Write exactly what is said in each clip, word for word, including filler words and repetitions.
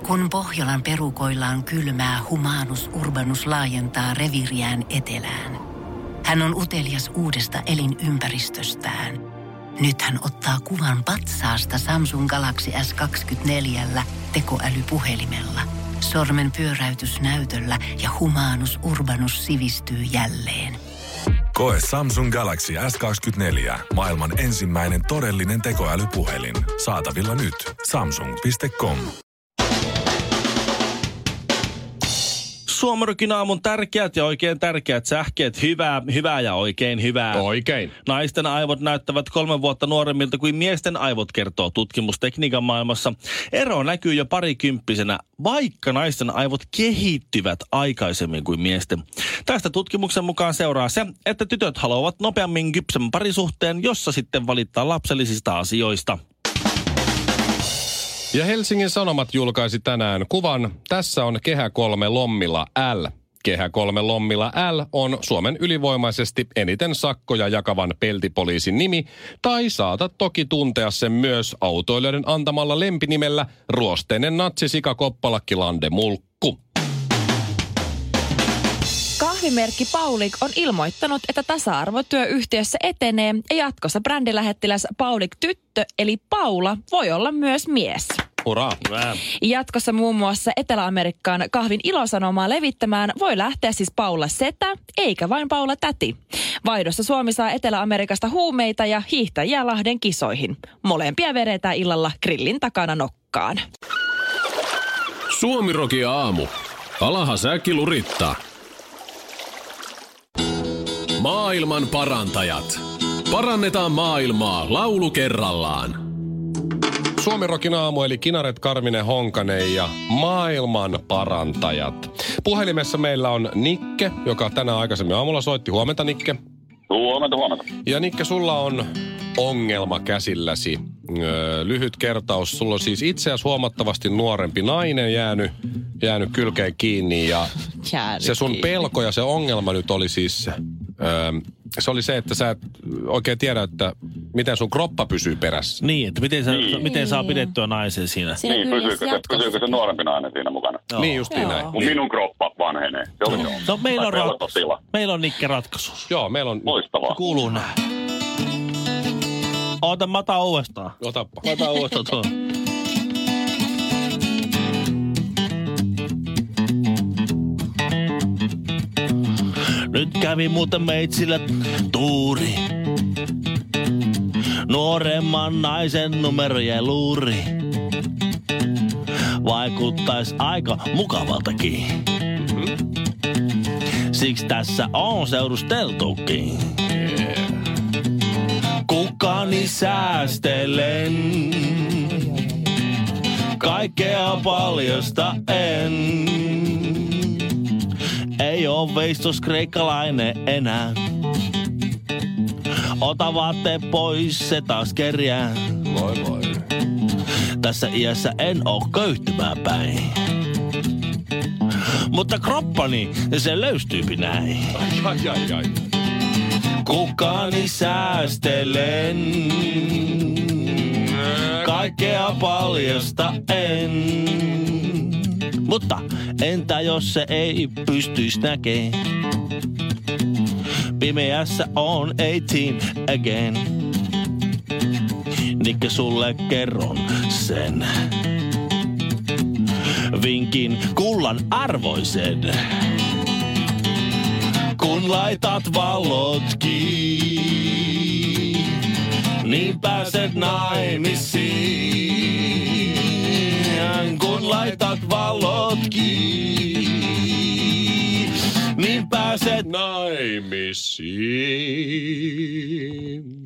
Kun Pohjolan perukoillaan kylmää, Humanus Urbanus laajentaa reviiriään etelään. Hän on utelias uudesta elinympäristöstään. Nyt hän ottaa kuvan patsaasta Samsung Galaxy S kaksikymmentäneljä tekoälypuhelimella. Sormen pyöräytys näytöllä ja Humanus Urbanus sivistyy jälleen. Koe Samsung Galaxy S kaksikymmentäneljä. Maailman ensimmäinen todellinen tekoälypuhelin. Saatavilla nyt. samsung piste com. Suomirokin aamun tärkeät ja oikein tärkeät sähkeet. Hyvää, hyvää ja oikein hyvää. Oikein. Naisten aivot näyttävät kolme vuotta nuoremmilta kuin miesten aivot, kertoo tutkimustekniikan maailmassa. Ero näkyy jo parikymppisenä, vaikka naisten aivot kehittyvät aikaisemmin kuin miesten. Tästä tutkimuksen mukaan seuraa se, että tytöt haluavat nopeammin kypsän parisuhteen, jossa sitten valittaa lapsellisista asioista. Ja Helsingin Sanomat julkaisi tänään kuvan. Tässä on Kehä kolme Lommilla L. Kehä kolme Lommilla L on Suomen ylivoimaisesti eniten sakkoja jakavan peltipoliisin nimi, tai saatat toki tuntea sen myös autoilijoiden antamalla lempinimellä ruosteinen natsisika Koppalakki Lande Mulkku. Kahvimerkki Paulik on ilmoittanut, että tasa-arvotyöyhtiössä etenee ja jatkossa brändilähettiläs Paulik tyttö eli Paula voi olla myös mies. Hurraa. Jatkossa muun muassa Etelä-Amerikkaan kahvin ilosanomaa levittämään voi lähteä siis Paula setä, eikä vain Paula täti. Vaihdossa Suomi saa Etelä-Amerikasta huumeita ja hiihtäjiä Lahden kisoihin. Molempia vedetään illalla grillin takana nokkaan. Suomiroki aamu. Alaha säkki lurittaa. Maailman parantajat. Parannetaan maailmaa laulu kerrallaan. Suomirokin aamu eli Kinaret, Karvinen, Honkanen ja maailman parantajat. Puhelimessa meillä on Nikke, joka tänään aikaisemmin aamulla soitti. Huomenta, Nikke. Huomenta, huomenta. Ja Nikke, sulla on ongelma käsilläsi. Öö, lyhyt kertaus. Sulla on siis itseäsi huomattavasti nuorempi nainen jäänyt, jäänyt kylkeen kiinni. Ja Jäänyt se sun kiinni. pelko ja se ongelma nyt oli siis... Öö, se oli se, että sä et oikein tiedä, että miten sun kroppa pysyy perässä. Niin, että miten, sä, Niin. miten saa pidettyä naisen siinä. Siinä Niin, kyllä pysyykö se, jatkossa. pysyykö se nuorempi nainen siinä mukana? Joo. Niin justiin Joo. näin. Kun minun kroppa vanhenee. Se oli se. No, meillä on, Tai ra- pelkotila. meillä on Nikke ratkaisu. Joo, meillä on... Loistavaa. Kuuluu näin. Oota, mä otan uudestaan. Otappa. Mä otan uudestaan tuon. Nyt kävi muuten meitsillä tuuri. Nuoremman naisen numero jäi luuri. Vaikuttais aika mukavaltakin. Siksi tässä on seurusteltukin. Kukani säästelen. Kaikkea paljosta en. Ei oo veistos kreikkalainen enää. Ota vaatteet pois, se taas kerjää. Voi voi. Tässä iässä en oo köyhtymää päin. Mutta kroppani, se löystyypi näin. Ai, ai, ai. Kukani säästelen. Kaikkea paljosta en. Mutta entä jos se ei pystyis näkee? Pimeässä on eighteen again. Nikke, sulle kerron sen. Vinkin kullan arvoisen. Kun laitat valot kiinni, niin pääset naimisiin. Kun laitat valot kiinni, niin pääset naimisiin.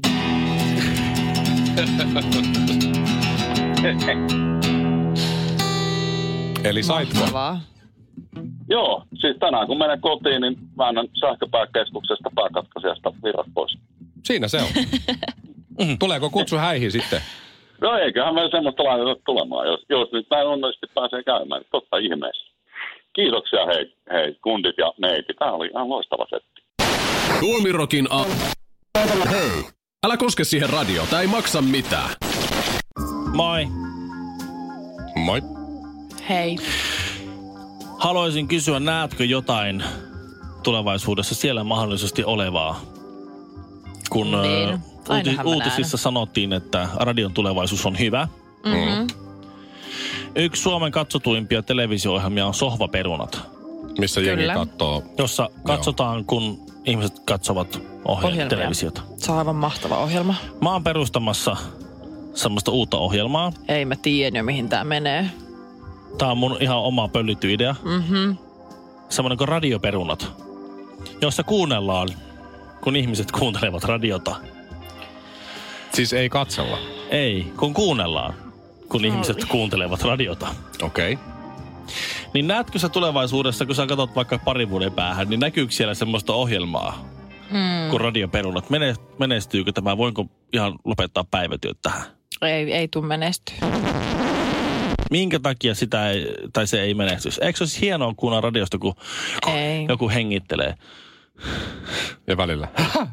Eli saitko? Mahtavaa. Joo, siis tänään kun menen kotiin, niin väännän sähköpääkeskuksesta pääkatkaisijasta virrat pois. Siinä se on. Tuleeko kutsu häihin sitten? No eiköhän me semmoista laiteta tulemaan, jos, jos nyt näin onnellisesti pääsee käymään. Totta ihmeessä. Kiitoksia hei, hei kundit ja neiti. Tämä oli ihan loistava setti. Suomirokin a... Hei, älä koske siihen radiota, ei maksa mitään. Moi. Moi. Hei. Haluaisin kysyä, näetkö jotain tulevaisuudessa siellä mahdollisesti olevaa? Kun Niin. ä, Ainahan mä uutisissa näen. sanottiin, että radion tulevaisuus on hyvä. Mm-hmm. Yksi Suomen katsotuimpia televisio-ohjelmia on Sohvaperunat, Missä Kyllä. jengi katsoo. jossa katsotaan, kun ihmiset katsovat ohje- Ohjelmia. televisiota. Se on aivan mahtava ohjelma. Mä oon perustamassa semmoista uutta ohjelmaa. Ei mä tiedä jo, mihin tää menee. Tää on mun ihan oma pöllitty idea. Mhm. Semmoinen kuin Radioperunat, jossa kuunnellaan, kun ihmiset kuuntelevat radiota. Siis ei katsella. Ei, kun kuunnellaan, kun ihmiset kuuntelevat radiota. Okei. Okay. Niin näetkö sä tulevaisuudessa, kun sä katsot vaikka parin vuoden päähän, niin näkyykö siellä semmoista ohjelmaa, mm. kun Radioperunat? Mene- menestyykö tämä? Voinko ihan lopettaa päivätyöt tähän? Ei, ei tuu menestyä. Minkä takia sitä ei, tai se ei menestyisi? Eikö se olisi hienoa kuunnella radiosta, kun Ei. joku hengittelee? Ja välillä.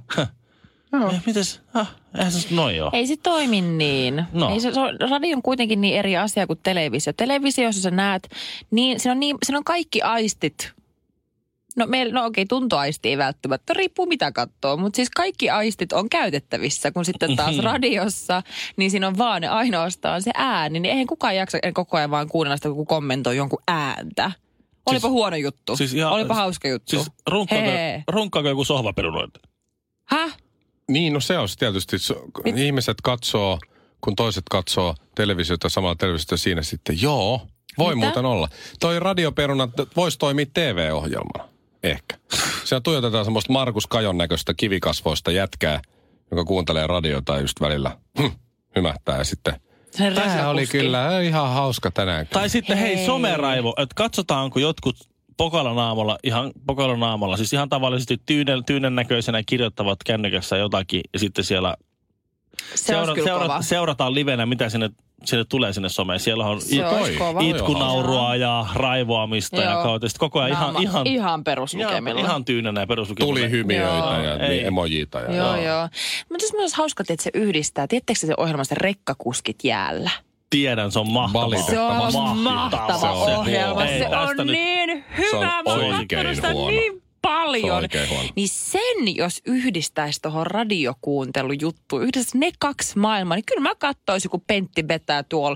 Eh, mites? Ah, eihän se noin ole. Ei se toimi niin. No. Ei se, se on, radio on kuitenkin niin eri asia kuin televisio. Televisiossa sä näet, niin siinä on, niin, siinä on kaikki aistit. No, meillä, no okei, tuntoaisti ei välttämättä, riippuu mitä katsoo, mutta siis kaikki aistit on käytettävissä, kun sitten taas radiossa, niin siinä on vaan ainoastaan se ääni, niin eihän kukaan jaksa koko ajan vaan kuunnella sitä, kun kommentoi jonkun ääntä. Olipa Siis- huono juttu, siis ihan- olipa hauska juttu. Siis runkkaako, Hee. runkkaako joku Sohvaperunoita? Häh? Niin, no se on se tietysti. Se- Mit- Ihmiset katsoo, kun toiset katsoo televisiota samalla televisiota siinä sitten. Joo, voi Mitä? muuten olla. Toi Radioperunat voisi toimia T V-ohjelmana. Ehkä. Siellä tuijotetaan semmoista Markus Kajon näköistä kivikasvoista jätkää, joka kuuntelee radiota ja just välillä hm, hymähtää ja sitten. Se Tämä oli räsäkuski. kyllä ihan hauska tänään. Tai sitten hei, Hei. someraivo, että katsotaanko jotkut pokalanaamalla, ihan pokalanaamalla, siis ihan tavallisesti tyynen, tyynen näköisenä kirjoittavat kännykässä jotakin ja sitten siellä Se olisi kyllä kova. seurataan livenä, mitä sinne, sinne tulee sinne someen. Siellä on Se it, olisi kova. itkunaurua ja raivoamista ja Joo. kautta. Sitten koko ajan ihan, Naama- ihan, ihan ihan, peruslukemilla. ihan tyynenä ja peruslukemilla. Tuli hymiöitä Joo. ja Ei. niin emojita. Ja, Joo, joo. Mutta se on myös hauska, että se yhdistää. Tiedättekö se ohjelmasta Rekkakuskit jäällä? Tiedän, se on mahtavaa. Valitettavasti. Se on mahtava Se on ohjelma. Ei, Se tästä on nyt- niin hyvä. Se on Mä oon oikein katsonut sitä huono. niin Se paljon. on oikein huono. Niin sen, jos yhdistäisi tuohon radiokuuntelujuttuun, yhdessä ne kaksi maailmaa, niin kyllä mä katsoisin, kun Pentti vetää tuolla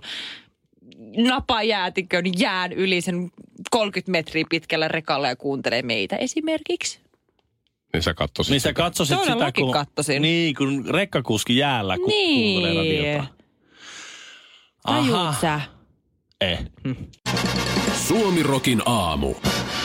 napajäätikön jään yli sen kolmekymmentä metriä pitkällä rekalla ja kuuntelee meitä esimerkiksi. Niin sä katsoisit Niin sä sitä. katsoisit sitä, Todellakin kun, katsoisin. niin, kun rekkakuski jäällä, kun Niin. kuuntelee radiota. Tajuut sä? Eh. Suomirokin aamu.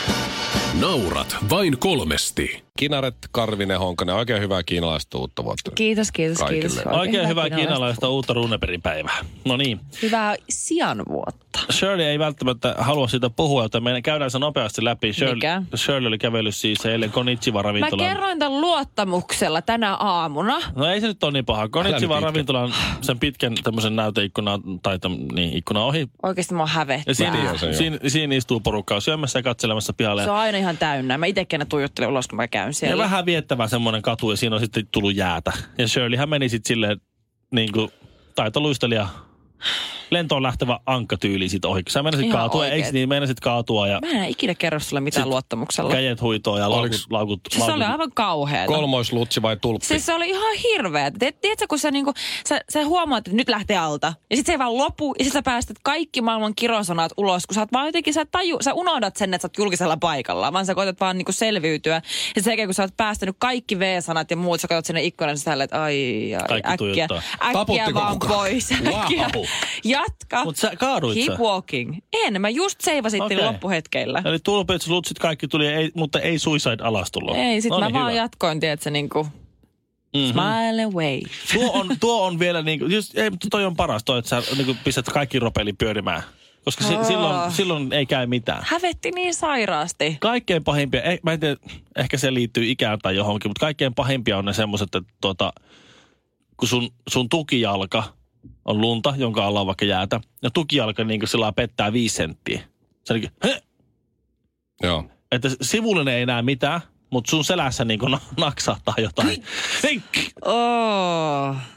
Naurat vain kolmesti. Kinaret, Karvinen, Honkanen, oikein hyvää kiinalaista uutta vuotta. Kiitos, kiitos, Kaikille. kiitos. Oikein hyvää kiinalaista uutta Runebergin päivää. No niin. Hyvää sianvuotta. Shirley ei välttämättä halua siitä puhua, joten me käydään se nopeasti läpi. Shirley, Mikä? Shirley oli kävellyt siis eilen Mä Konichiwa-ravintolan. kerroin tämän luottamuksella tänä aamuna. No ei se nyt ole niin paha. nyt Konichiwa-ravintolan sen pitkän tämmöisen näyteikkunan, tai täm, niin, ikkunan ohi. Oikeasti mua Ja hävettää. siinä, Tiedän sen jo. siinä, siinä istuu porukkaa syömässä ja katselemassa pihalle. Se on aina ihan täynnä. Mä itekin tuijottelen ulos, kun mä käyn Ja siellä. vähän viettävä semmoinen katu ja siinä on sitten tullut jäätä. Ja Shirleyhän meni sitten silleen niin kuin taitoluistelija, lentoon lähtevä ankka-tyyli sit ohi. Sä menisit Ihan kaatua, oikeet. eikö niin? Menisit kaatua ja Mä en ikinä kerro sulle mitään Sit luottamuksella. käjet huitoo ja laukut, Oliks- laukut, Siis se oli laukut. aivan kauheeta. Kolmoislutsi vai tulppi? Siis se oli ihan hirveä. Tiedätkö, kun sä, niinku, sä, sä huomaat, että nyt lähtee alta. Ja sit se ei vaan lopu. Ja sit sä päästät kaikki maailman kirosanat ulos, kun sä oot vaan jotenkin, sä, taju, sä unohdat sen, että sä oot julkisella paikalla. Vaan sä koetat vaan niinku selviytyä. Ja sen jälkeen, kun sä oot päästänyt kaikki V-sanat ja muut, sä katsot sinne ikkunan sisälle, että ai, ai, Kaikki äkkiä, tuijottaa. äkkiä Taputtiko vaan kukaan? pois. Äkkiä. Wow. Jatka. Mut sä kaaduit Keep sä? walking. En, mä just seivasin Okei. loppuhetkeillä. Eli tulpit, lutsit, kaikki tuli, ei, mutta ei suicide alastulo. Ei, sit No mä niin, vaan hyvä. jatkoin, tiedätkö, niinku Mhm. smile away. Tuo on, tuo on vielä niin kuin, just, ei, mutta toi on paras toi, että sä niin kuin pistät kaikki ropeli pyörimään. Koska si, Oh. silloin, silloin ei käy mitään. Hävetti niin sairaasti. Kaikkein pahimpia, eh, mä en tiedä, ehkä se liittyy ikään tai johonkin, mutta kaikkein pahimpia on ne semmoiset, että tuota, kun sun, sun tukijalka on lunta, jonka alla on vaikka jäätä, ja tukijalka niin kuin sillä pettää viisi senttiä. Se niin kuin, heh! Joo. Että sivullinen ei näe mitään, mutta sun selässä niin kuin naksahtaa jotain. Hei! Oh.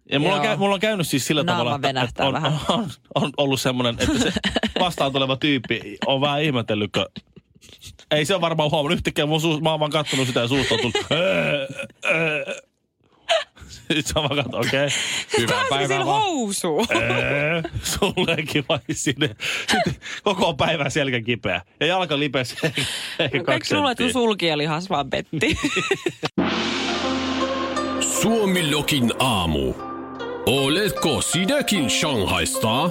Ja mulla on, käy, mulla on käynyt siis sillä Naama tavalla, että on, on, on, on ollut semmoinen, että se vastaan tuleva tyyppi on vähän ihmetellyt, kun ei se ole varmaan huomannut yhtäkkiä. Mun suus, mä oon vaan kattonut sitä ja suusta on tullut. Sitten se on vaan kattonut, okei. Okay. Hyvää päivää vaan. Housuun. Sullekin vai sinne. Sitten koko päivän selkä kipeä. Ja jalka lipesi ehkä kaksi senttiä. Kaikki luulet, että sulkijalihas vaan petti. Suomi-lokin aamu. Oletko sinäkin Shanghaista?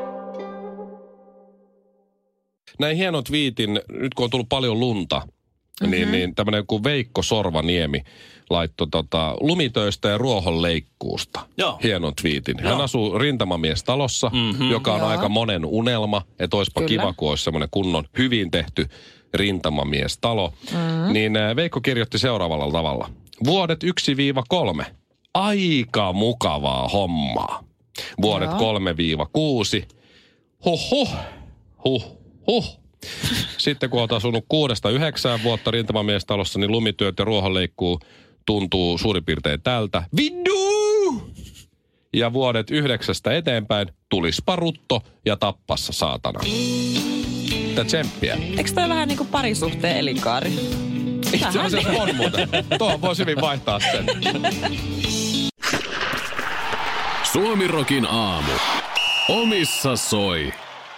Näin hienon twiitin, nyt kun on tullut paljon lunta, mm-hmm. niin, niin tämmöinen kuin Veikko Sorvaniemi laittoi tota, lumitöistä ja ruohonleikkuusta. Joo. Hienon twiitin. Hän Joo. asuu rintamamiestalossa, mm-hmm. joka on Joo. aika monen unelma, että olisipa Kyllä. kiva, kun olisi semmoinen kunnon hyvin tehty rintamamiestalo. Mm-hmm. Niin Veikko kirjoitti seuraavalla tavalla. Vuodet yksi kolme. Aika mukavaa hommaa. Vuodet kolme kuusi. Huhhuh. Huh. Huh. Sitten kun olet asunut kuudesta yhdeksään vuotta rintamamiestalossa, niin lumityöt ja ruohonleikkuu tuntuu suurin piirtein tältä. Viddu! Ja vuodet yhdeksästä eteenpäin tulispa rutto ja tappassa saatana. Mitä tsemppiä. Eikö toi vähän niin kuin parisuhteen elinkaari? Itse asiassa on muuten. Tuohon voisi hyvin vaihtaa sen. Suomi-rokin aamu. Omissa soi.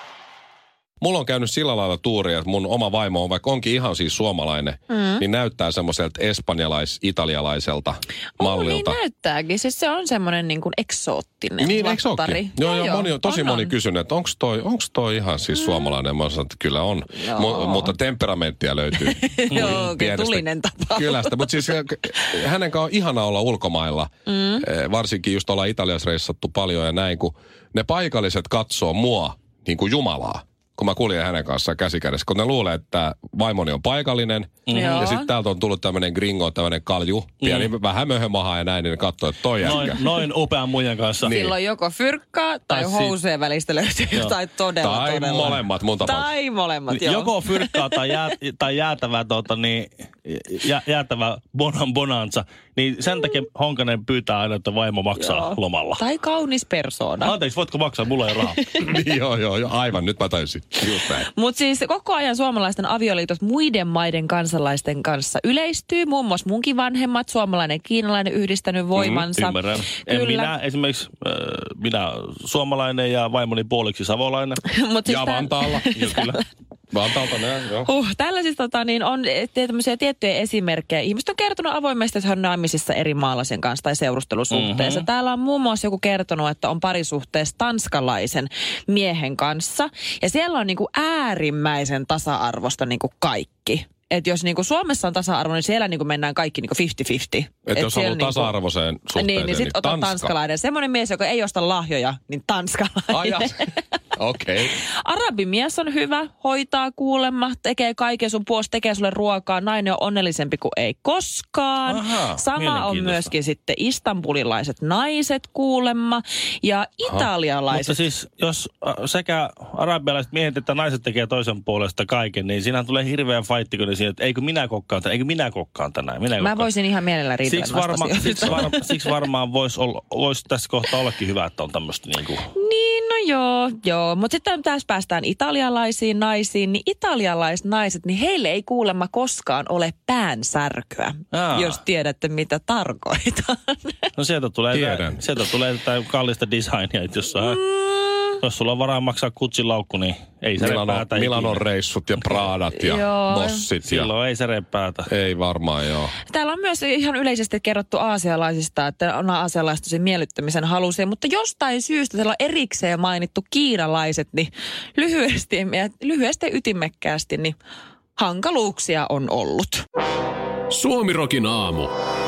Mulla on käynyt sillä lailla tuuria, että mun oma vaimo on, vaikka onkin ihan siis suomalainen, mm. niin näyttää semmoiselta espanjalais-italialaiselta mallilta. Oh, niin näyttääkin. Siis se on semmoinen niin kuin eksoottinen niin, vattari. Niin, joo, joo, joo, moni, tosi on, moni on. kysynyt, että onko toi, onks toi ihan siis mm. suomalainen. Mä sanoin, että kyllä on, M- mutta temperamenttia löytyy. Joo, tulinen tapa. Kylästä, mutta siis hänen kanssa on ihana olla ulkomailla. Mm. Varsinkin just ollaan Italiassa reissattu paljon ja näin, kun ne paikalliset katsoo mua niin kuin Jumalaa. Kun mä kuljen hänen kanssaan käsikädessä, kun ne luulee, että vaimoni on paikallinen. Mm-hmm. Ja sitten täältä on tullut tämmöinen gringo, tämmöinen kalju, pieni, mm. vähän möhömaha ja näin, niin ne katsoo, että toi noin, jätkä. Noin upean muijan kanssa. Niin. Silloin joko fyrkkaa tai, tai housujen välistä löytyy jotain todella, tai todella. Tai molemmat mun tapauksessa. Tai molemmat, joo. Joko fyrkkaa tai, jää, tai jäätävä, tota, niin, jä, jäätävä bonan bonanza. Niin sen takia Honkanen pyytää aina, että vaimo maksaa joo. lomalla. Tai kaunis persoona. Anteeksi, voitko maksaa? Mulla ei rahaa. niin, joo, joo, joo, aivan. Nyt mä taisin. Just näin. Mutta siis koko ajan suomalaisten avioliitot muiden maiden kansalaisten kanssa yleistyy. Muun muassa munkin vanhemmat, suomalainen ja kiinalainen yhdistänyt voimansa. Mm, ymmärrän. En minä esimerkiksi, äh, minä suomalainen ja vaimoni puoliksi savolainen. Mut siis ja tämän, Vantaalla. Kyllä. Vantaalta näin, joo. Uh, tällaisista tota, niin on tämmöisiä tiettyjä esimerkkejä. Ihmiset on kertonut avoimesti, että he on naimisissa eri maalaisen kanssa tai seurustelusuhteessa. Mm-hmm. Täällä on muun muassa joku kertonut, että on parisuhteessa tanskalaisen miehen kanssa. Ja siellä on niinku äärimmäisen tasa-arvosta niinku kaikki. Että jos niinku Suomessa on tasa-arvo, niin siellä niinku mennään kaikki niinku viisikymmentä viisikymmentä. Että Et jos haluaa niinku, tasa-arvoiseen suhteeseen, niin, niin sitten niin otan tanskalainen. Semmoinen mies, joka ei osta lahjoja, niin tanskalainen. Okei. Okay. Arabimies on hyvä, hoitaa kuulemma, tekee kaiken sun puolesta, tekee sulle ruokaa. Nainen on onnellisempi kuin ei koskaan. Aha, sama on myöskin sitten istanbulilaiset naiset kuulemma ja italialaiset. Mutta siis jos sekä arabialaiset miehet että naiset tekee toisen puolesta kaiken, niin siinä tulee hirveä fightti, kun ne siinä, että eikö minä kokkaan tänään, eikö minä kokkaan tänään. Minä kokkaan. Mä voisin ihan mielellä riitellä siksi, varma, siksi, varma, siksi varmaan voisi vois tässä kohtaa ollakin hyvä, että on tämmöistä niin kuin... Niin, no joo, joo. Mutta sitten tässä päästään italialaisiin naisiin, niin italialaiset naiset, niin heille ei kuulemma koskaan ole päänsärkyä, Aa. jos tiedätte mitä tarkoitan. No sieltä tulee, sieltä tulee jotain kallista designia, että jos saa... Mm. Jos sulla on varaa maksaa kutsilaukku, niin ei se repäätä. Milanon reissut ja Pradat ja Bossit. Silloin ja... ei se repäätä. Ei varmaan, joo. Täällä on myös ihan yleisesti kerrottu aasialaisista, että on aasialaiset tosi miellyttämisen halusia, mutta jostain syystä täällä on erikseen mainittu kiinalaiset, niin lyhyesti, lyhyesti ja ytimekkäästi, niin hankaluuksia on ollut. Suomi-rokin aamu.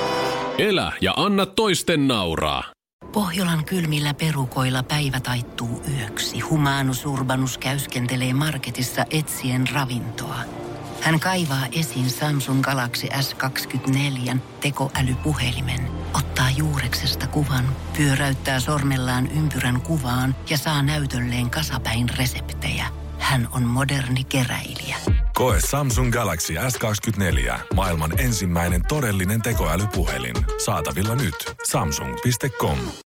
Elä ja anna toisten nauraa. Pohjolan kylmillä perukoilla päivä taittuu yöksi. Humanus Urbanus käyskentelee marketissa etsien ravintoa. Hän kaivaa esiin Samsung Galaxy S kaksikymmentäneljä tekoälypuhelimen, ottaa juureksesta kuvan, pyöräyttää sormellaan ympyrän kuvaan ja saa näytölleen kasapäin reseptejä. Hän on moderni keräilijä. Koe Samsung Galaxy S kaksikymmentäneljä. Maailman ensimmäinen todellinen tekoälypuhelin. Saatavilla nyt. Samsung piste com.